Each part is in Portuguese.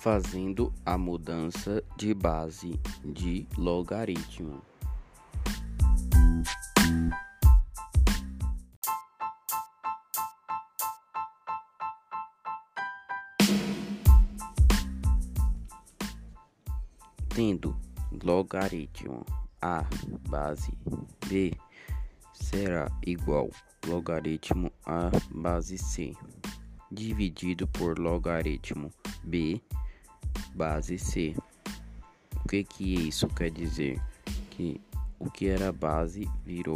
fazendo a mudança de base de logaritmo. Tendo logaritmo a base b será igual logaritmo a base c dividido por logaritmo b base c. O que isso quer dizer? Que o que era base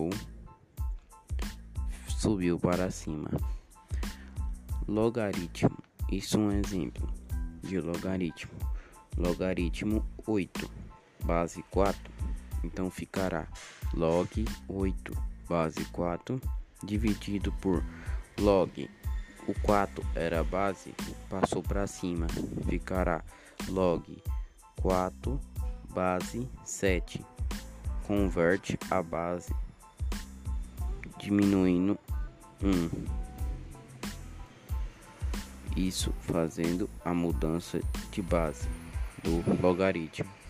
subiu para cima. Logaritmo, isso é um exemplo de logaritmo. Logaritmo 8 base 4, então ficará log 8 base 4 dividido por log. O 4 era base, passou para cima, ficará log 4 base 7. Converte a base diminuindo 1. Isso fazendo a mudança de base do logaritmo.